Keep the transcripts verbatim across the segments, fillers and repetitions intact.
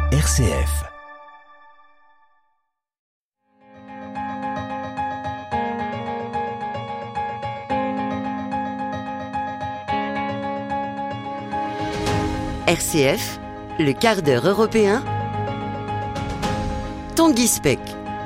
R C F. R C F, le quart d'heure européen. Tanguy Speck.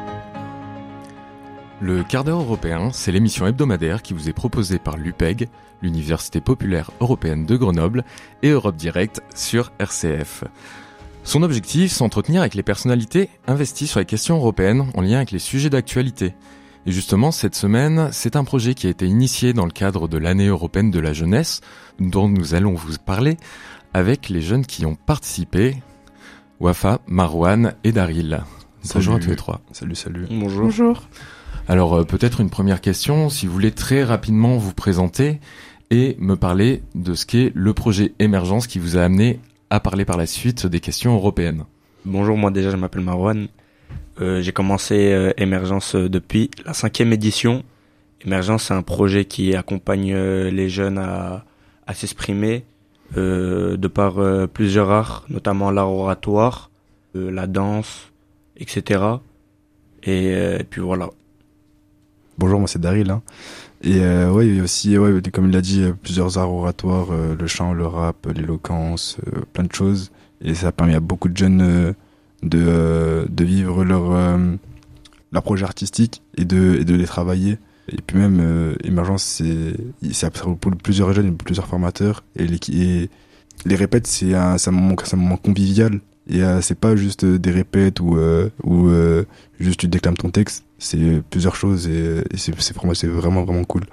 Le quart d'heure européen, c'est l'émission hebdomadaire qui vous est proposée par l'U P E G, l'Université populaire européenne de Grenoble, et Europe Direct sur R C F. Son objectif, s'entretenir avec les personnalités investies sur les questions européennes en lien avec les sujets d'actualité. Et justement, cette semaine, c'est un projet qui a été initié dans le cadre de l'année européenne de la jeunesse, dont nous allons vous parler avec les jeunes qui ont participé, Wafa, Marwan et Daryl. Bonjour à tous les trois. Salut, salut. Bonjour. Bonjour. Alors euh, peut-être une première question, si vous voulez très rapidement vous présenter et me parler de ce qu'est le projet Émergence qui vous a amené à parler par la suite des questions européennes. Bonjour, moi déjà je m'appelle Marwan. Euh, j'ai commencé euh, Émergence euh, depuis la cinquième édition. Émergence, c'est un projet qui accompagne euh, les jeunes à, à s'exprimer euh, de par euh, plusieurs arts, notamment l'art oratoire, euh, la danse, et cetera. Et, euh, et puis voilà. Bonjour, moi c'est Daryl. Hein. Et euh, ouais, il y a aussi, ouais, comme il l'a dit, plusieurs arts oratoires, euh, le chant, le rap, l'éloquence, euh, plein de choses. Et ça a permis à beaucoup de jeunes euh, de euh, de vivre leur euh, leur projet artistique et de et de les travailler. Et puis même euh, Émergence, c'est c'est pour plusieurs jeunes et plusieurs formateurs. Et les et les répètes, c'est un c'est un moment c'est un moment convivial. Et euh, c'est pas juste euh, des répètes ou euh, ou euh, juste tu déclames ton texte, c'est euh, plusieurs choses et, et c'est c'est vraiment c'est vraiment vraiment cool.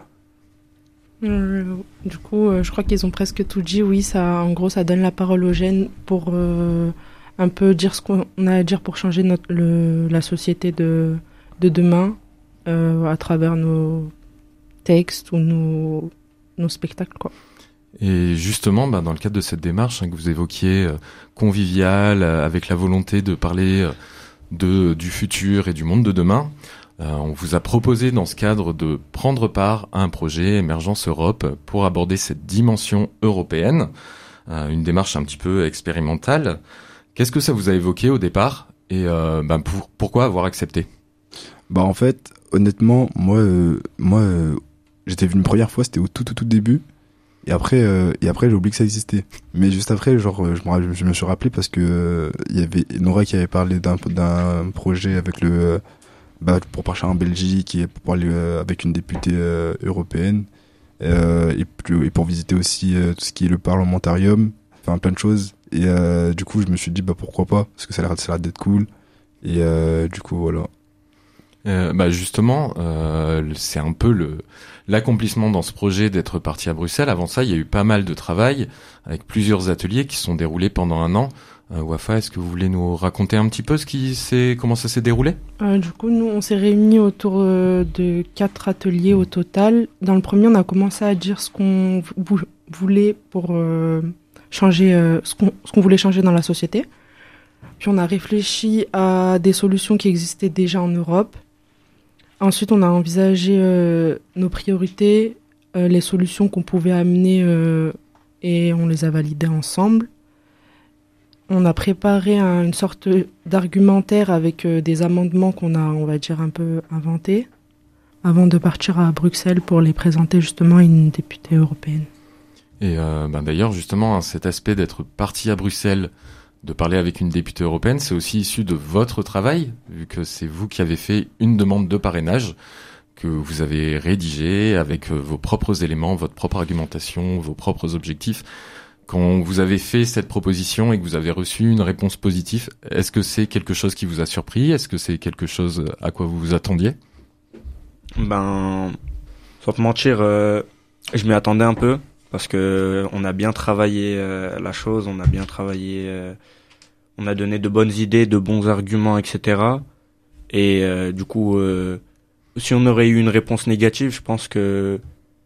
Euh, du coup, euh, je crois qu'ils ont presque tout dit. Oui, ça, en gros, ça donne la parole aux jeunes pour euh, un peu dire ce qu'on a à dire pour changer notre le la société de de demain euh, à travers nos textes ou nos nos spectacles, quoi. Et justement, bah, dans le cadre de cette démarche hein, que vous évoquiez, euh, conviviale, euh, avec la volonté de parler euh, de du futur et du monde de demain, euh, on vous a proposé dans ce cadre de prendre part à un projet Émergence Europe pour aborder cette dimension européenne, euh, une démarche un petit peu expérimentale. Qu'est-ce que ça vous a évoqué au départ et euh, bah, pour, pourquoi avoir accepté ? Bah en fait, honnêtement, moi, euh, moi, euh, j'étais venu une première fois, c'était au tout tout tout début. Et après, euh, et après, j'ai oublié que ça existait. Mais juste après, genre, je me, je me suis rappelé parce que euh, il y avait Nora qui avait parlé d'un, d'un projet avec le, euh, bah, pour partir en Belgique et pour parler euh, avec une députée euh, européenne euh, et, plus, et pour visiter aussi euh, tout ce qui est le parlementarium, enfin plein de choses. Et euh, du coup, je me suis dit bah pourquoi pas parce que ça a l'air, ça a l'air d'être cool. Et euh, du coup, voilà. Euh, bah justement, euh, c'est un peu le l'accomplissement dans ce projet d'être parti à Bruxelles. Avant ça, il y a eu pas mal de travail avec plusieurs ateliers qui se sont déroulés pendant un an. Euh, Wafa, est-ce que vous voulez nous raconter un petit peu ce qui s'est, comment ça s'est déroulé ? euh, Du coup, nous, on s'est réunis autour euh, de quatre ateliers au total. Dans le premier, on a commencé à dire ce qu'on v- voulait pour euh, changer, euh, ce qu'on, ce qu'on voulait changer dans la société. Puis on a réfléchi à des solutions qui existaient déjà en Europe. Ensuite, on a envisagé euh, nos priorités, euh, les solutions qu'on pouvait amener euh, et on les a validées ensemble. On a préparé un, une sorte d'argumentaire avec euh, des amendements qu'on a, on va dire, un peu inventés avant de partir à Bruxelles pour les présenter justement à une députée européenne. Et euh, ben d'ailleurs, justement, hein, cet aspect d'être parti à Bruxelles, de parler avec une députée européenne, c'est aussi issu de votre travail, vu que c'est vous qui avez fait une demande de parrainage que vous avez rédigée avec vos propres éléments, votre propre argumentation, vos propres objectifs. Quand vous avez fait cette proposition et que vous avez reçu une réponse positive, est-ce que c'est quelque chose qui vous a surpris ? Est-ce que c'est quelque chose à quoi vous vous attendiez ? Ben, sans te mentir, euh, je m'y attendais un peu. Parce que on a bien travaillé euh, la chose, on a bien travaillé, euh, on a donné de bonnes idées, de bons arguments, et cetera. Et euh, du coup, euh, si on aurait eu une réponse négative, je pense que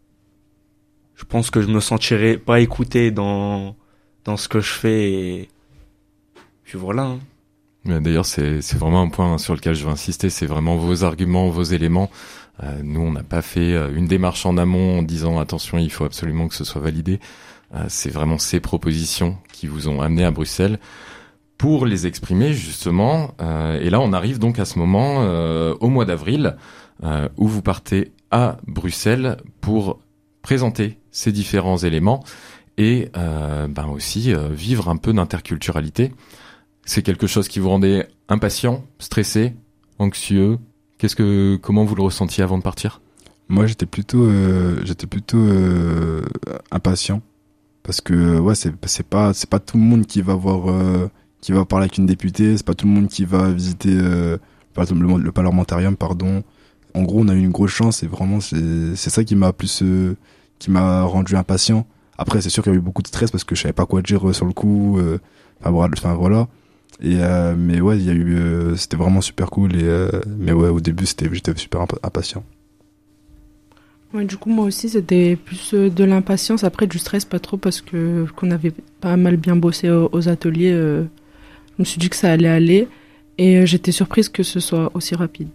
je pense que je me sentirais pas écouté dans dans ce que je fais. Et puis voilà. Hein. Mais d'ailleurs, c'est c'est vraiment un point sur lequel je veux insister. C'est vraiment vos arguments, vos éléments. Euh, nous, on n'a pas fait une démarche en amont en disant attention, il faut absolument que ce soit validé. Euh, c'est vraiment ces propositions qui vous ont amené à Bruxelles pour les exprimer justement. Euh, et là, on arrive donc à ce moment, euh, au mois d'avril, euh, où vous partez à Bruxelles pour présenter ces différents éléments et euh, ben aussi euh, vivre un peu d'interculturalité. C'est quelque chose qui vous rendait impatient, stressé, anxieux. Qu'est-ce que, comment vous le ressentiez avant de partir ? Moi, j'étais plutôt, euh, j'étais plutôt euh, impatient parce que ouais, c'est c'est pas c'est pas tout le monde qui va voir, euh, qui va parler avec une députée, c'est pas tout le monde qui va visiter euh, le, le parlementarium, pardon. En gros, on a eu une grosse chance et vraiment c'est c'est ça qui m'a plus euh, qui m'a rendu impatient. Après, c'est sûr qu'il y a eu beaucoup de stress parce que je savais pas quoi dire euh, sur le coup. Euh, enfin voilà, enfin voilà. Et euh, mais ouais, il y a eu, euh, c'était vraiment super cool. Et euh, mais ouais, au début, c'était j'étais super imp- impatient. Ouais, du coup, moi aussi, c'était plus euh, de l'impatience. Après, du stress, pas trop, parce que qu'on avait pas mal bien bossé aux, aux ateliers. Euh, je me suis dit que ça allait aller. Et euh, j'étais surprise que ce soit aussi rapide.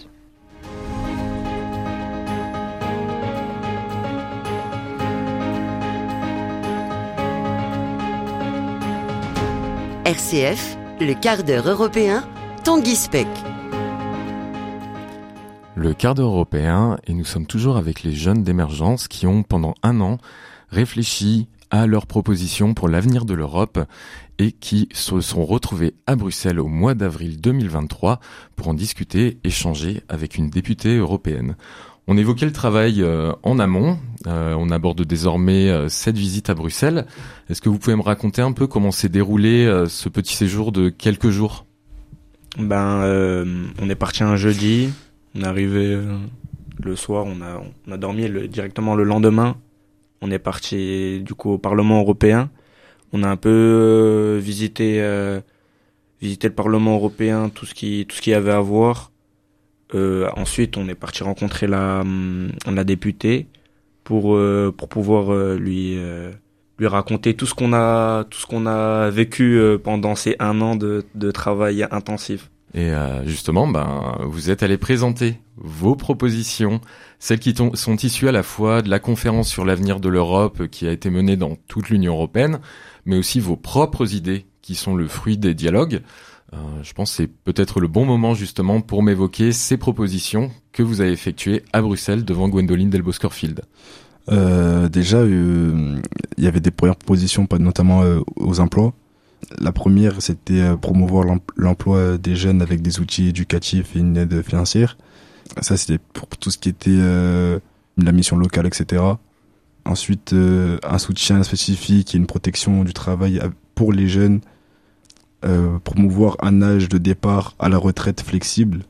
R C F, le quart d'heure européen, Tanguy Speck. Le quart d'heure européen, et nous sommes toujours avec les jeunes d'Émergence qui ont pendant un an réfléchi à leurs propositions pour l'avenir de l'Europe et qui se sont retrouvés à Bruxelles au mois d'avril deux mille vingt-trois pour en discuter, échanger avec une députée européenne. On évoquait le travail euh, en amont, euh, on aborde désormais euh, cette visite à Bruxelles. Est-ce que vous pouvez me raconter un peu comment s'est déroulé euh, ce petit séjour de quelques jours ? Ben, euh, on est parti un jeudi. On est arrivé euh, le soir, on a, on a dormi le, directement le lendemain. On est parti du coup au Parlement européen. On a un peu euh, visité, euh, visité le Parlement européen, tout ce qui, tout ce qu'il y avait à voir. Euh, ensuite, on est parti rencontrer la, la députée pour euh, pour pouvoir euh, lui euh, lui raconter tout ce qu'on a tout ce qu'on a vécu euh, pendant ces un an de de travail intensif. Et euh, justement, ben, vous êtes allé présenter vos propositions, celles qui t- sont issues à la fois de la conférence sur l'avenir de l'Europe qui a été menée dans toute l'Union européenne, mais aussi vos propres idées qui sont le fruit des dialogues. Euh, je pense que c'est peut-être le bon moment justement pour m'évoquer ces propositions que vous avez effectuées à Bruxelles devant Gwendoline Delboscorfield. Euh, déjà, il euh, y avait des premières propositions, notamment euh, aux emplois. La première, c'était euh, promouvoir l'emploi des jeunes avec des outils éducatifs et une aide financière. Ça, c'était pour tout ce qui était euh, la mission locale, et cetera. Ensuite, euh, un soutien spécifique et une protection du travail pour les jeunes. Euh, promouvoir un âge de départ à la retraite flexible.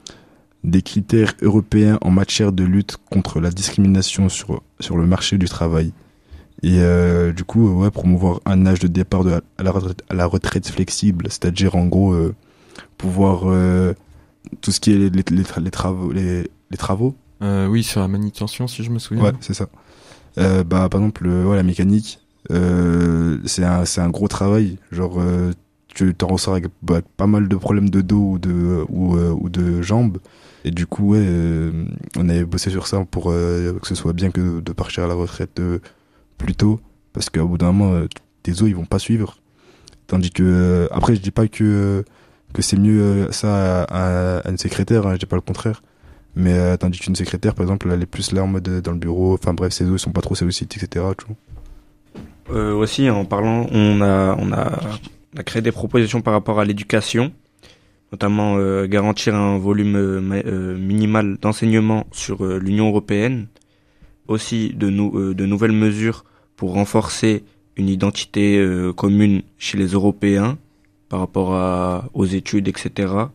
Des critères européens en matière de lutte contre la discrimination sur, sur le marché du travail. Et euh, du coup, ouais, promouvoir un âge de départ de, à, la retraite, à la retraite flexible, c'est-à-dire en gros euh, pouvoir euh, tout ce qui est les, les, les, les travaux, les, les travaux. Euh, oui, sur la manutention, si je me souviens. Ouais, c'est ça. Euh, bah, par exemple, euh, ouais, la mécanique, euh, c'est un, c'est un gros travail. Genre, euh, tu t'en ressors avec bah, pas mal de problèmes de dos ou de ou, euh, ou de jambes. Et du coup, ouais, euh, on avait bossé sur ça pour euh, que ce soit bien que de partir à la retraite euh, plus tôt, parce qu'au bout d'un moment, euh, tes os ils vont pas suivre. Tandis que euh, après, je dis pas que euh, que c'est mieux euh, ça à, à une secrétaire, hein, je dis pas le contraire. Mais euh, tandis qu'une secrétaire, par exemple, elle est plus là en mode dans le bureau. Enfin bref, ses os ils sont pas trop sollicités, et cetera. Tu vois. Euh, aussi, en parlant, on a on a on a créé des propositions par rapport à l'éducation, notamment euh, garantir un volume euh, euh, minimal d'enseignement sur euh, l'Union européenne, aussi de, nou- euh, de nouvelles mesures pour renforcer une identité euh, commune chez les Européens par rapport à, aux études, et cetera.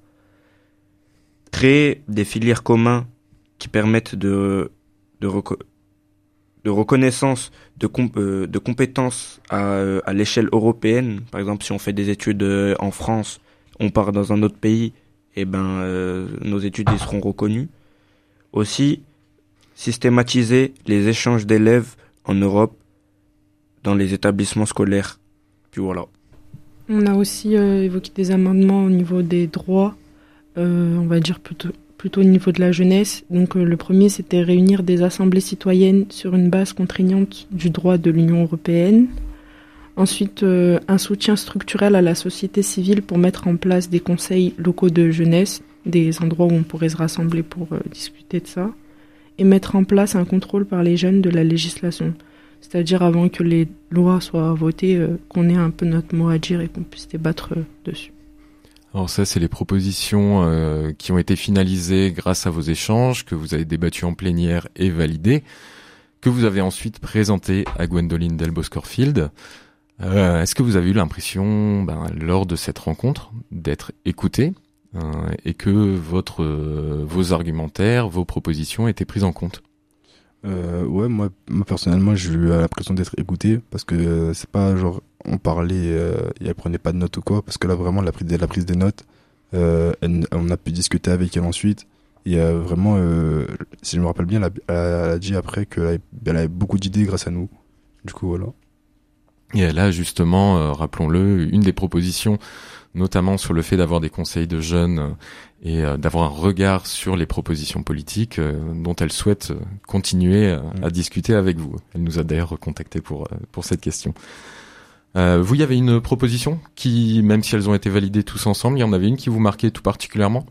Créer des filières communes qui permettent de, de, reco- de reconnaissance de, comp- euh, de compétences à, à l'échelle européenne. Par exemple, si on fait des études euh, en France, on part dans un autre pays, et ben euh, nos études y seront reconnues. Aussi, systématiser les échanges d'élèves en Europe dans les établissements scolaires. Puis voilà. On a aussi euh, évoqué des amendements au niveau des droits, euh, on va dire plutôt, plutôt au niveau de la jeunesse. Donc euh, le premier, c'était réunir des assemblées citoyennes sur une base contraignante du droit de l'Union européenne. Ensuite, euh, un soutien structurel à la société civile pour mettre en place des conseils locaux de jeunesse, des endroits où on pourrait se rassembler pour euh, discuter de ça, et mettre en place un contrôle par les jeunes de la législation. C'est-à-dire avant que les lois soient votées, euh, qu'on ait un peu notre mot à dire et qu'on puisse débattre euh, dessus. Alors ça, c'est les propositions euh, qui ont été finalisées grâce à vos échanges, que vous avez débattues en plénière et validées, que vous avez ensuite présentées à Gwendoline Delbos-Corfield. Euh, est-ce que vous avez eu l'impression, ben, lors de cette rencontre, d'être écouté euh, et que votre, euh, vos argumentaires, vos propositions étaient prises en compte? Euh, ouais, moi, moi personnellement, j'ai eu l'impression d'être écouté parce que euh, c'est pas genre on parlait euh, et elle prenait pas de notes ou quoi, parce que là vraiment la prise des, la prise des notes, euh, elle, on a pu discuter avec elle ensuite et euh, vraiment, euh, si je me rappelle bien, elle a, elle a dit après qu'elle avait, elle avait beaucoup d'idées grâce à nous. Du coup, voilà. Et elle a justement, euh, rappelons-le, une des propositions, notamment sur le fait d'avoir des conseils de jeunes euh, et euh, d'avoir un regard sur les propositions politiques euh, dont elle souhaite euh, continuer euh, à discuter avec vous. Elle nous a d'ailleurs recontacté pour euh, pour cette question. Euh, vous, il y avait une proposition qui, même si elles ont été validées tous ensemble, il y en avait une qui vous marquait tout particulièrement?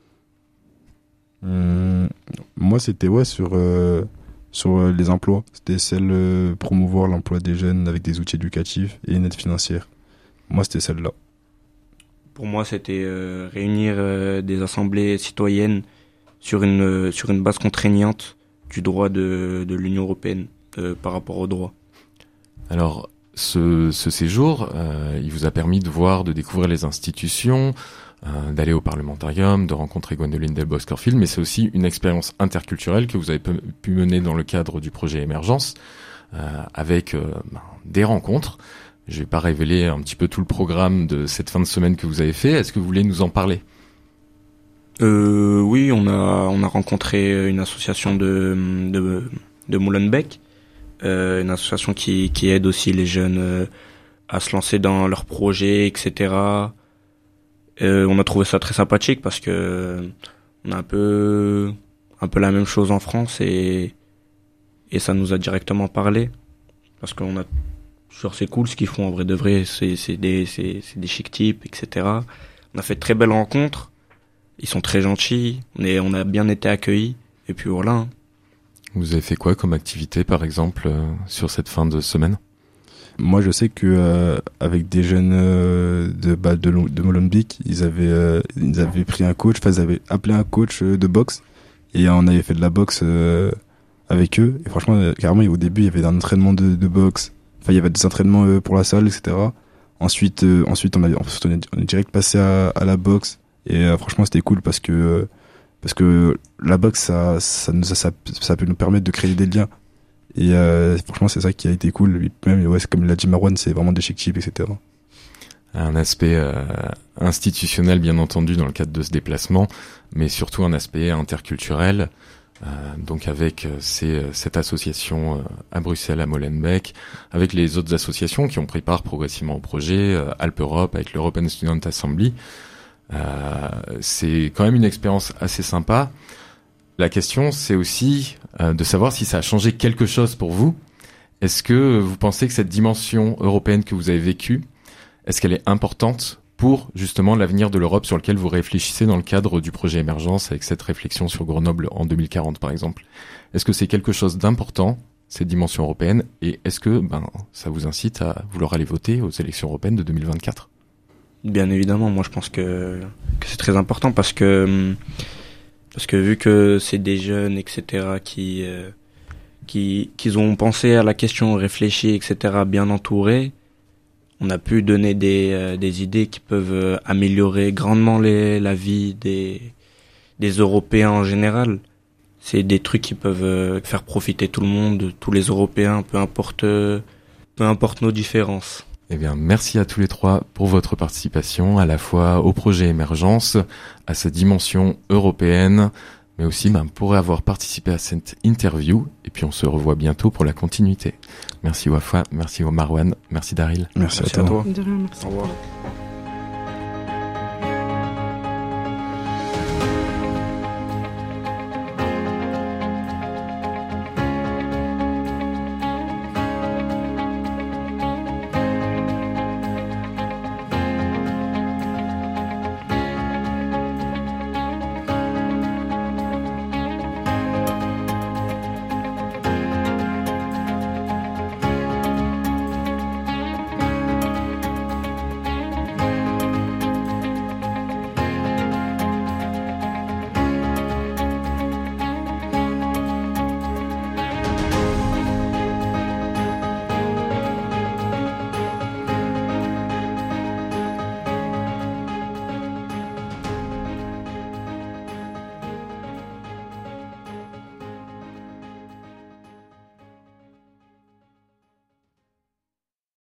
Hum, moi, c'était ouais sur euh, sur euh, les emplois. C'était celle euh, promouvoir l'emploi des jeunes avec des outils éducatifs et une aide financière. Moi, c'était celle-là. Pour moi, c'était euh, réunir euh, des assemblées citoyennes sur une euh, sur une base contraignante du droit de de l'Union européenne euh, par rapport au droit. Alors, ce, ce séjour, euh, il vous a permis de voir, de découvrir les institutions, euh, d'aller au parlementarium, de rencontrer Gwendoline Delbos-Corfield, mais c'est aussi une expérience interculturelle que vous avez pu, pu mener dans le cadre du projet Émergence, euh, avec euh, ben, des rencontres. Je vais pas révéler un petit peu tout le programme de cette fin de semaine que vous avez fait. Est-ce que vous voulez nous en parler? Euh, oui, on a on a rencontré une association de de, de Molenbeek, euh, une association qui qui aide aussi les jeunes euh, à se lancer dans leurs projets, et cetera. Euh, on a trouvé ça très sympathique parce que on a un peu un peu la même chose en France et et ça nous a directement parlé parce qu'on a genre c'est cool ce qu'ils font en vrai de vrai, c'est c'est des c'est c'est des chic types, et cetera. On a fait de très belles rencontres. Ils sont très gentils, on, est, on a bien été accueillis, et puis voilà. Vous avez fait quoi comme activité, par exemple, euh, sur cette fin de semaine? Moi, je sais que euh, avec des jeunes euh, de bah, de, de Molenbeek, ils avaient euh, ils avaient pris un coach, enfin ils avaient appelé un coach euh, de boxe, et on avait fait de la boxe euh, avec eux. Et franchement, euh, carrément, au début, il y avait un entraînement de, de boxe. Enfin, il y avait des entraînements euh, pour la salle, et cetera. Ensuite, euh, ensuite, on a on est, on est direct passé à, à la boxe. Et euh, franchement, c'était cool parce que euh, parce que la boxe, ça ça, nous, ça ça peut nous permettre de créer des liens. Et euh, franchement, c'est ça qui a été cool. Et même, ouais, comme l'a dit Marwan, c'est vraiment des chic types, et cetera. Un aspect euh, institutionnel, bien entendu, dans le cadre de ce déplacement, mais surtout un aspect interculturel. Euh, donc avec euh, ces, cette association euh, à Bruxelles, à Molenbeek, avec les autres associations qui ont pris part progressivement au projet, euh, Alpe Europe, avec l'European Student Assembly. Euh, c'est quand même une expérience assez sympa. La question, c'est aussi euh, de savoir si ça a changé quelque chose pour vous. Est-ce que vous pensez que cette dimension européenne que vous avez vécue, est-ce qu'elle est importante pour justement l'avenir de l'Europe sur lequel vous réfléchissez dans le cadre du projet Émergence avec cette réflexion sur Grenoble en deux mille quarante par exemple? Est-ce que c'est quelque chose d'important, cette dimension européenne, et est-ce que ben ça vous incite à vouloir aller voter aux élections européennes de deux mille vingt-quatre? Bien évidemment, moi je pense que, que c'est très important parce que parce que vu que c'est des jeunes, et cetera, qui euh, qui qui ont pensé à la question, réfléchi, et cetera, bien entourés, on a pu donner des euh, des idées qui peuvent euh, améliorer grandement les la vie des des Européens en général. C'est des trucs qui peuvent euh, faire profiter tout le monde, tous les Européens, peu importe euh, peu importe nos différences. Eh bien, merci à tous les trois pour votre participation, à la fois au projet Émergence, à cette dimension européenne, mais aussi ben, pour avoir participé à cette interview. Et puis, on se revoit bientôt pour la continuité. Merci Wafa, merci Marwan, merci Daryl. Merci, Merci à toi. à toi. De rien, merci. Au revoir.